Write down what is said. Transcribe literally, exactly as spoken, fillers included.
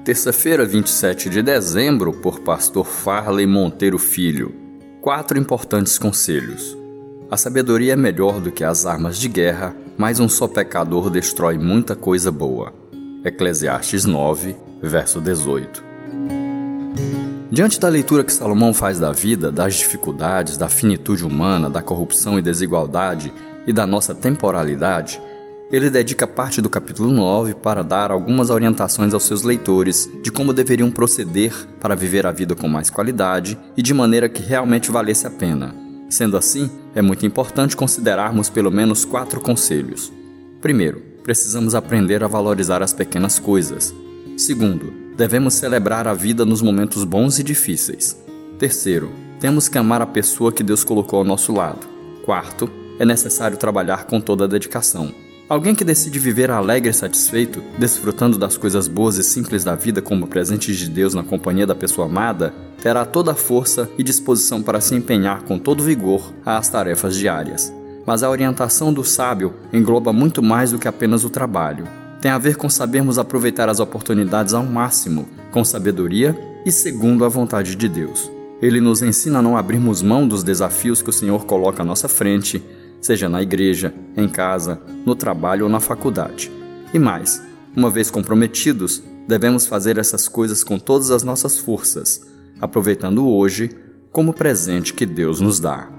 Terça-feira, vinte e sete de dezembro, por Pastor Farley Monteiro Filho. Quatro importantes conselhos. A sabedoria é melhor do que as armas de guerra, mas um só pecador destrói muita coisa boa. Eclesiastes nove, verso dezoito. Diante da leitura que Salomão faz da vida, das dificuldades, da finitude humana, da corrupção e desigualdade e da nossa temporalidade, ele dedica parte do capítulo nove para dar algumas orientações aos seus leitores de como deveriam proceder para viver a vida com mais qualidade e de maneira que realmente valesse a pena. Sendo assim, é muito importante considerarmos pelo menos quatro conselhos. Primeiro, precisamos aprender a valorizar as pequenas coisas. Segundo, devemos celebrar a vida nos momentos bons e difíceis. Terceiro, temos que amar a pessoa que Deus colocou ao nosso lado. Quarto, é necessário trabalhar com toda a dedicação. Alguém que decide viver alegre e satisfeito, desfrutando das coisas boas e simples da vida como presentes de Deus na companhia da pessoa amada, terá toda a força e disposição para se empenhar com todo vigor às tarefas diárias. Mas a orientação do sábio engloba muito mais do que apenas o trabalho. Tem a ver com sabermos aproveitar as oportunidades ao máximo, com sabedoria e segundo a vontade de Deus. Ele nos ensina a não abrirmos mão dos desafios que o Senhor coloca à nossa frente, seja na igreja, em casa, no trabalho ou na faculdade. E mais, uma vez comprometidos, devemos fazer essas coisas com todas as nossas forças, aproveitando hoje como presente que Deus nos dá.